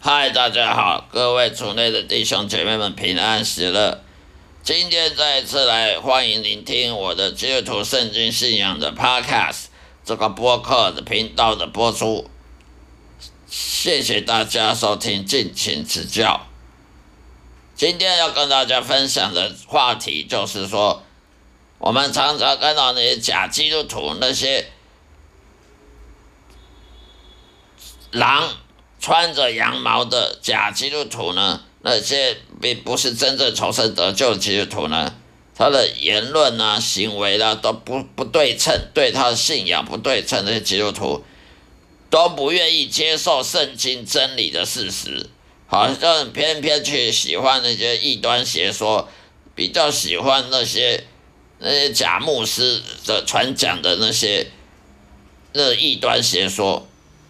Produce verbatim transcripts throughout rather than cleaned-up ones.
嗨，大家好，各位族内的弟兄姐妹们平安喜乐。今天再一次来欢迎聆听我的基督徒圣经信仰的 Podcast 这个播客的频道的播出，谢谢大家收听，敬请指教。今天要跟大家分享的话题就是说，我们常常看到那些假基督徒，那些狼穿着羊毛的假基督徒呢，那些并不是真正重生得救的基督徒呢，他的言论啊、行为啦、啊、都不不对称，对他的信仰不对称，那些基督徒都不愿意接受圣经真理的事实，好像偏偏去喜欢那些异端邪说，比较喜欢那些那些假牧师的传讲的那些那异端邪说。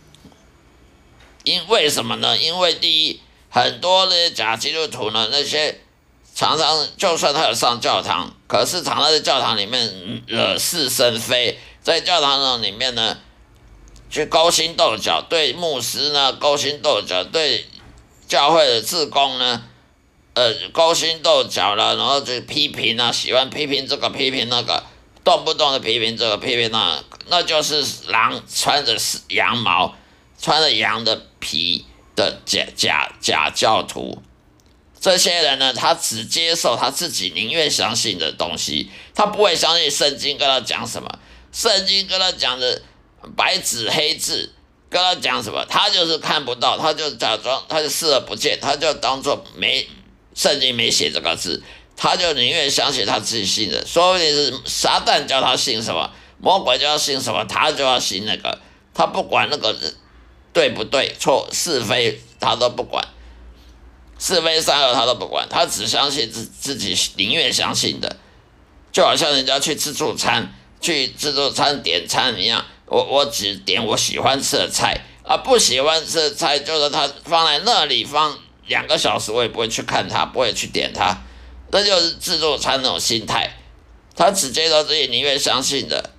因为什么呢？因为第一，很多那些假基督徒呢，那些常常就算他有上教堂，可是常常在教堂里面惹是生非，在教堂里面呢去勾心斗角，对牧师呢勾心斗角，对教会的志工呢呃勾心斗角了，然后就批评啊，喜欢批评这个批评那个，动不动的批评这个批评那个，那就是狼穿着羊毛。穿着羊的皮的假假假教徒，这些人呢，他只接受他自己宁愿相信的东西，他不会相信圣经跟他讲什么，圣经跟他讲的白纸黑字，跟他讲什么，他就是看不到，他就假装，他就视而不见，他就当作没圣经没写这个字，他就宁愿相信他自己信的，说不定是撒旦叫他信什么，魔鬼叫他信什么，他就要信那个，他不管那个对不对错是非他都不管，是非善恶他都不管，他只相信自自己宁愿相信的，就好像人家去自助餐，去自助餐点餐一样，我我只点我喜欢吃的菜，啊不喜欢吃的菜就是他放在那里放两个小时，我也不会去看它，不会去点它，这就是自助餐那种心态，他只接受自己宁愿相信的，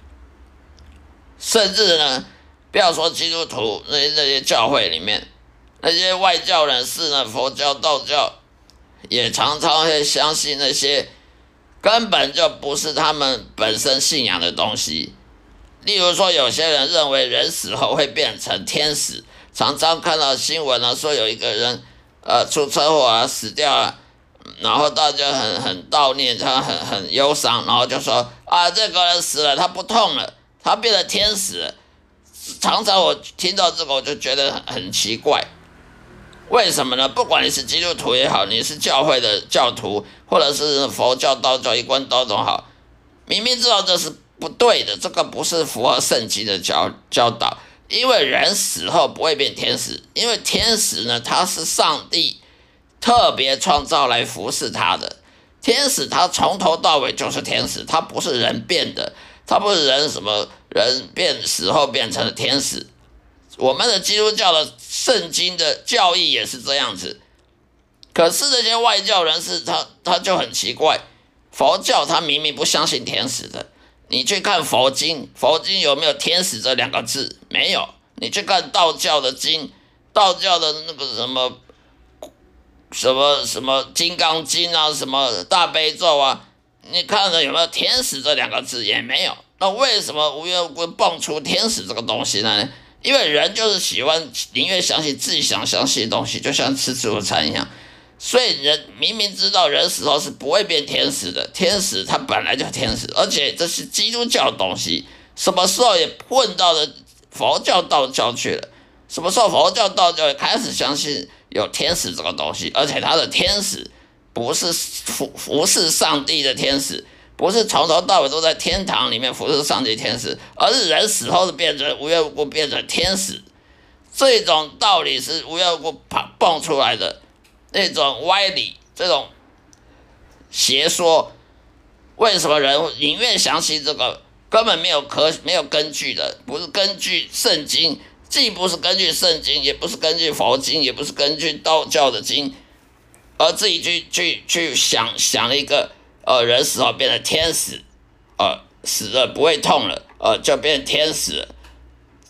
甚至呢。不要说基督徒那些那些教会里面，那些外教人士呢，佛教、道教也常常会相信那些根本就不是他们本身信仰的东西。例如说，有些人认为人死后会变成天使，常常看到新闻呢，说有一个人呃出车祸啊死掉了，然后大家很很悼念他，很很忧伤，然后就说啊这个人死了，他不痛了，他变成天使了。常常我听到这个我就觉得很很奇怪，为什么呢？不管你是基督徒也好，你是教会的教徒，或者是佛教、道教一贯道种好，明明知道这是不对的，这个不是符合圣经的教教导，因为人死后不会变天使，因为天使呢，他是上帝特别创造来服侍他的，天使他从头到尾就是天使，他不是人变的。他不是人什么人变死后变成了天使，我们的基督教的圣经的教义也是这样子。可是这些外教人士他他就很奇怪，佛教他明明不相信天使的，你去看佛经，佛经有没有天使这两个字？没有。你去看道教的经，道教的那个什么什么什么金刚经啊，什么大悲咒啊。你看了有没有天使这两个字？也没有。那为什么无缘无故蹦出天使这个东西呢？因为人就是喜欢宁愿相信自己想相信的东西，就像吃自助餐一样。所以人明明知道人死后是不会变天使的，天使他本来就是天使，而且这是基督教的东西，什么时候也混到了佛教、道教去了？什么时候佛教、道教也开始相信有天使这个东西？而且他的天使不是服服侍上帝的天使，不是从头到尾都在天堂里面服侍上帝天使，而是人死后变成无缘无故变成天使。这种道理是无缘无故蹦出来的那种歪理，这种邪说，为什么人宁愿相信这个根本没有可没有根据的，不是根据圣经，既不是根据圣经，也不是根据佛经，也不是根据道教的经。而自己去去去想想了一个，呃，人死后变成天使，呃，死了不会痛了，呃，就变天使了。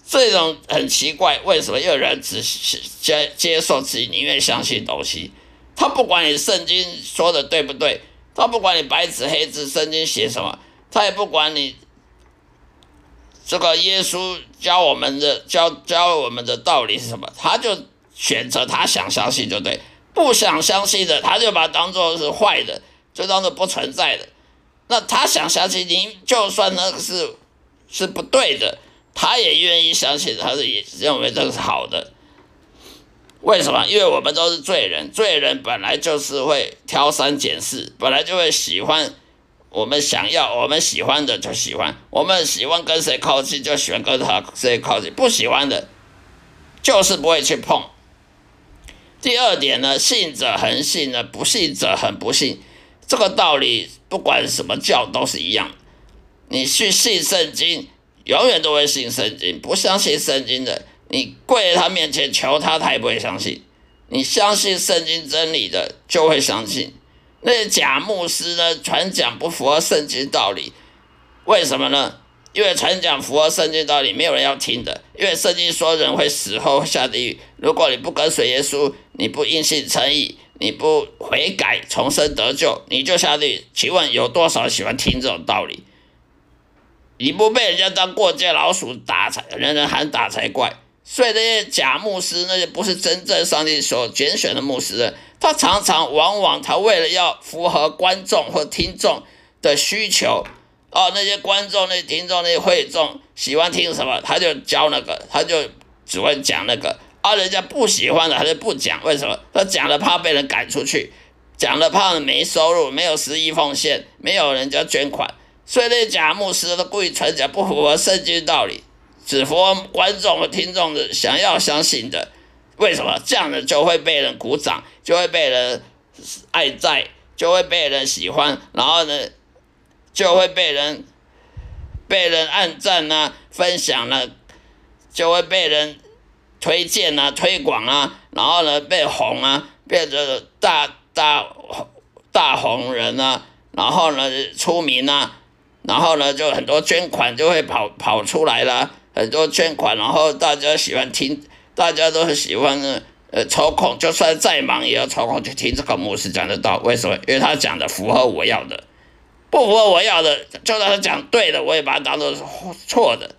这种很奇怪，为什么有人只接接受自己宁愿相信东西？他不管你圣经说的对不对，他不管你白纸黑字圣经写什么，他也不管你这个耶稣教我们的教教我们的道理是什么，他就选择他想相信就对，不想相信的他就把它当作是坏的，就当作不存在的。那他想相信，你就算那个是是不对的，他也愿意相信，他是也认为这个是好的。为什么？因为我们都是罪人，罪人本来就是会挑三拣四，本来就会喜欢我们想要我们喜欢的就喜欢，我们喜欢跟谁靠近就喜欢跟他谁靠近，不喜欢的就是不会去碰。第二点呢，信者恒信呢，不信者恒不信。这个道理不管什么教都是一样，你去信圣经，永远都会信圣经；不相信圣经的，你跪在他面前求他，他也不会相信。你相信圣经真理的，就会相信。那些假牧师呢，传讲不符合圣经道理，为什么呢？因为传讲符合圣经道理，没有人要听的。因为圣经说人会死后下地狱，如果你不跟随耶稣，你不因信称义，你不悔改重生得救，你就下地狱。请问有多少喜欢听这种道理？你不被人家当过街老鼠打才，人人喊打才怪。所以那些假牧师，那些不是真正上帝所拣选的牧师，他常常往往他为了要符合观众或听众的需求，哦，那些观众、那些听众、那些会众喜欢听什么，他就教那个，他就只会讲那个。啊，人家不喜欢的，他就不讲。为什么？他讲了怕被人赶出去，讲了怕没收入，没有十一奉献，没有人家捐款。所以那些假牧师都故意传讲不符合圣经道理，只符合观众和听众的想要相信的。为什么？这样的就会被人鼓掌，就会被人爱戴，就会被人喜欢，然后呢，就会被人被人按赞啊、分享啊，就会被人推荐啊、推广啊，然后呢被红啊，变成大大大红人啊，然后呢出名啊，然后呢就很多捐款就会跑跑出来啦，很多捐款，然后大家喜欢听，大家都很喜欢呢。呃，抽空就算再忙也要抽空去听这个牧师讲的道，为什么？因为他讲的符合我要的，不符合我要的，就算他讲对的，我也把它当做是错的。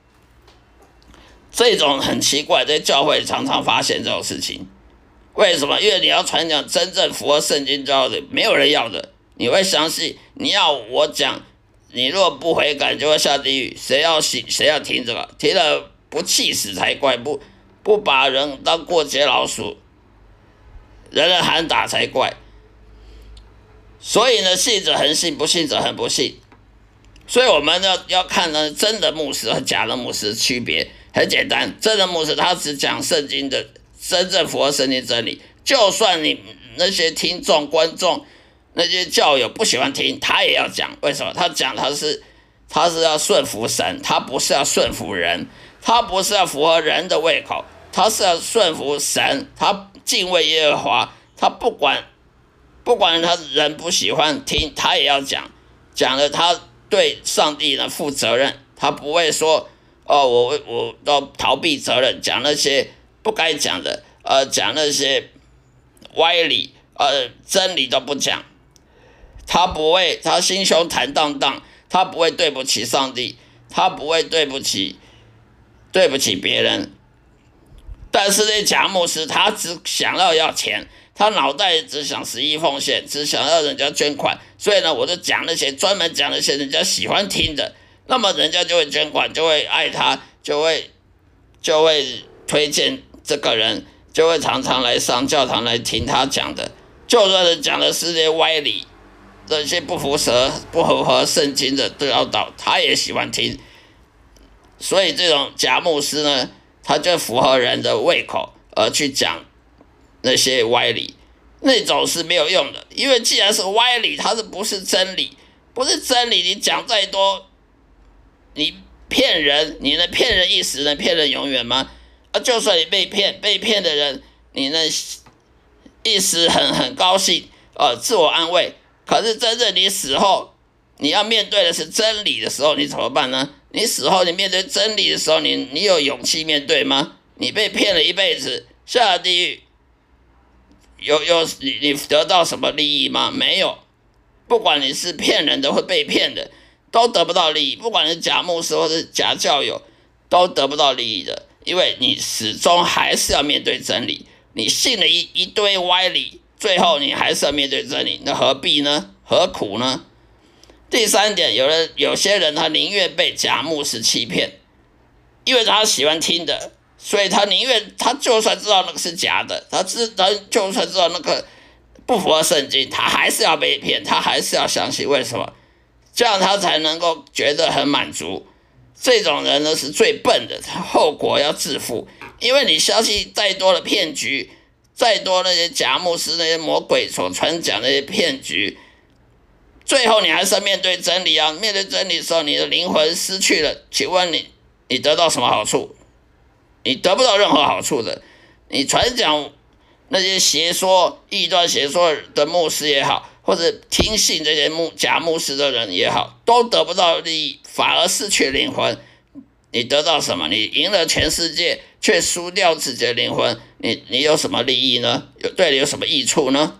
这种很奇怪，在教会常常发现这种事情。为什么？因为你要传讲真正符合圣经教的，没有人要的，你会相信。你要我讲，你若不悔改，就会下地狱。谁要信？谁要听这个？听了不气死才怪！不不把人当过街老鼠，人人喊打才怪。所以呢，信者恒信，不信者恒不信。所以我们要要看呢，真的牧师和假的牧师的区别。很简单，真的牧师他只讲圣经的真正符合圣经真理，就算你那些听众、观众、那些教友不喜欢听，他也要讲。为什么？他讲他是他是要顺服神，他不是要顺服人，他不是要符合人的胃口，他是要顺服神，他敬畏耶和华，他不管不管他人不喜欢听，他也要讲，讲了他对上帝呢负责任，他不会说。哦，我我都逃避责任，讲那些不该讲的，呃，讲那些歪理，呃，真理都不讲。他不会，他心胸坦荡荡，他不会对不起上帝，他不会对不起对不起别人。但是那假牧师，他只想要要钱，他脑袋只想十一奉献，只想要人家捐款，所以呢，我就讲那些专门讲那些人家喜欢听的。那么人家就会捐款，就会爱他，就会就会推荐这个人，就会常常来上教堂来听他讲的。就算是讲的是些歪理，这些不符合不符合圣经的教导，他也喜欢听。所以这种假牧师呢，他就符合人的胃口而去讲那些歪理，那种是没有用的。因为既然是歪理，它是不是真理？不是真理，你讲再多。你骗人，你能骗人一时，能骗人永远吗？啊，就算你被骗，被骗的人，你能一时很很高兴，呃，自我安慰。可是真正你死后，你要面对的是真理的时候，你怎么办呢？ 你死后你面对真理的时候，你你有勇气面对吗？你被骗了一辈子，下了地狱，有有你你得到什么利益吗？没有。不管你是骗人的或被骗的，都得不到利益。不管你是假牧师或是假教友，都得不到利益的，因为你始终还是要面对真理。你信了一一堆歪理，最后你还是要面对真理，那何必呢？何苦呢？第三点，有人有些人他宁愿被假牧师欺骗，因为他喜欢听的，所以他宁愿他就算知道那个是假的，他知他就算知道那个不符合圣经，他还是要被骗，他还是要相信。为什么？这样他才能够觉得很满足。这种人呢是最笨的，他后果要自负。因为你相信再多的骗局，再多那些假牧师、那些魔鬼所传讲那些骗局，最后你还是要面对真理啊！面对真理的时候，你的灵魂失去了，请问你，你得到什么好处？你得不到任何好处的。你传讲那些邪说、异端邪说的牧师也好，或者听信这些牧假牧师的人也好，都得不到利益，反而失去灵魂。你得到什么？你赢了全世界，却输掉自己的灵魂，你你有什么利益呢？有对你有什么益处呢？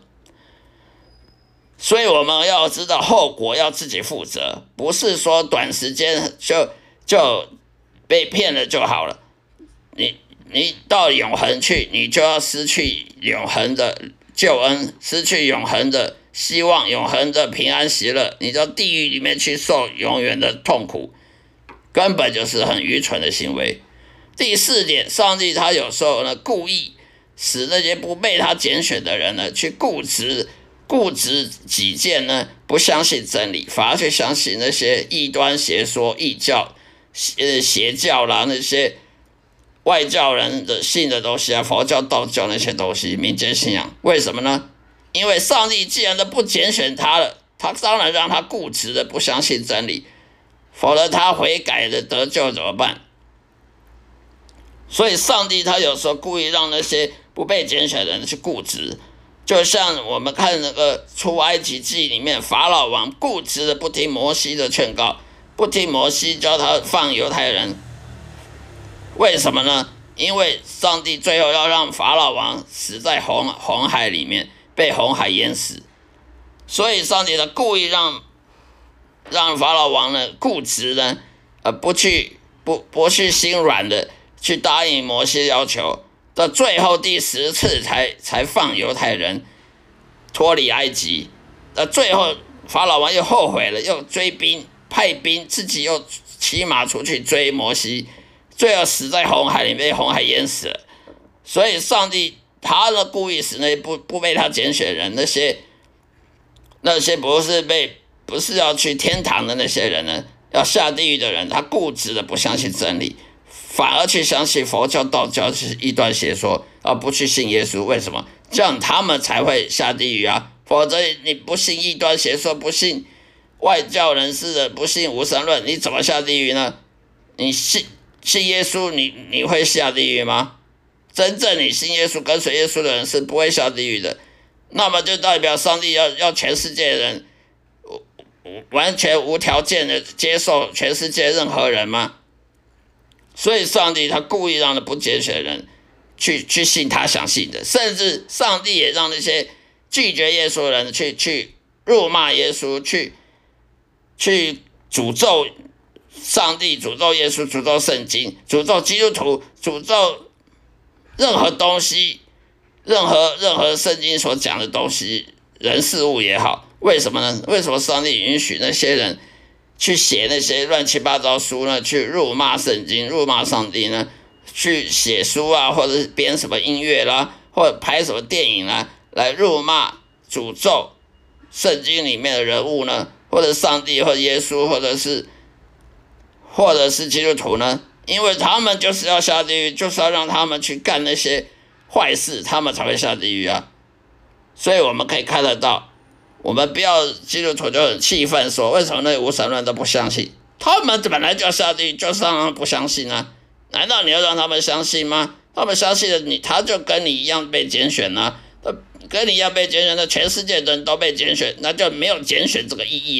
所以我们要知道后果要自己负责，不是说短时间就就被骗了就好了。你你到永恒去，你就要失去永恒的救恩，失去永恒的希望，永恒的平安喜乐，你到地狱里面去受永远的痛苦，根本就是很愚蠢的行为。第四点，上帝他有时候呢故意使那些不被他拣选的人呢去固执固执己见呢，不相信真理，反而去相信那些异端邪说、异教、邪邪教啦，那些外教人的信的东西啊，佛教、道教那些东西，民间信仰。为什么呢？因为上帝既然都不拣选他了，他当然让他固执的不相信真理，否则他悔改的得救怎么办？所以上帝他有时候故意让那些不被拣选的人去固执，就像我们看那个出埃及记里面，法老王固执的不听摩西的劝告，不听摩西教他放犹太人。为什么呢？因为上帝最后要让法老王死在红红海里面，被红海淹死，所以上帝他故意让让法老王呢固执呢，呃不去不不去心软的去答应摩西要求，到最后第十次才才放犹太人脱离埃及，到最后法老王又后悔了，又追兵派兵，自己又骑马出去追摩西，最后死在红海里，被红海淹死了。所以上帝他呢故意使那些不不被他拣选人，那些那些不是被不是要去天堂的那些人呢，要下地狱的人，他固执的不相信真理，反而去相信佛教、道教是异端邪说，而不去信耶稣。为什么？这样他们才会下地狱啊！否则你不信异端邪说，不信外教人士的，不信无神论，你怎么下地狱呢？你信信耶稣，你你会下地狱吗？真正你信耶稣、跟随耶稣的人是不会下地狱的。那么就代表上帝要要全世界的人完全无条件的接受全世界任何人吗？所以上帝他故意让那不拣选人去去信他想信的，甚至上帝也让那些拒绝耶稣的人去去辱骂耶稣，去去诅咒上帝、诅咒耶稣、诅咒圣经、诅咒基督徒、诅咒任何东西，任何任何圣经所讲的东西，人事物也好。为什么呢？为什么上帝允许那些人去写那些乱七八糟书呢？去辱骂圣经、辱骂上帝呢？去写书啊，或者是编什么音乐啦，或者拍什么电影啦，来辱骂、诅咒圣经里面的人物呢？或者上帝，或者耶稣，或者是或者是基督徒呢？因为他们就是要下地狱，就是要让他们去干那些坏事，他们才会下地狱啊。所以我们可以看得到，我们不要基督徒就很气愤说，为什么那无神论都不相信？他们本来就要下地狱，就是让他们不相信啊。难道你要让他们相信吗？他们相信了你，他就跟你一样被拣选啊，跟你一样被拣选的，全世界的人都被拣选，那就没有拣选这个意义啊。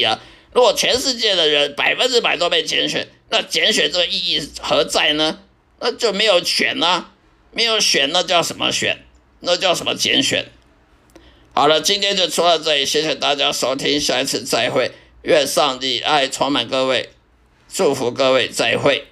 如果全世界的人百分之百都被拣选，那拣选这个意义何在呢？那就没有选啊，没有选那叫什么选？那叫什么拣选？好了，今天就说到这里，谢谢大家收听，下一次再会。愿上帝爱充满各位，祝福各位，再会。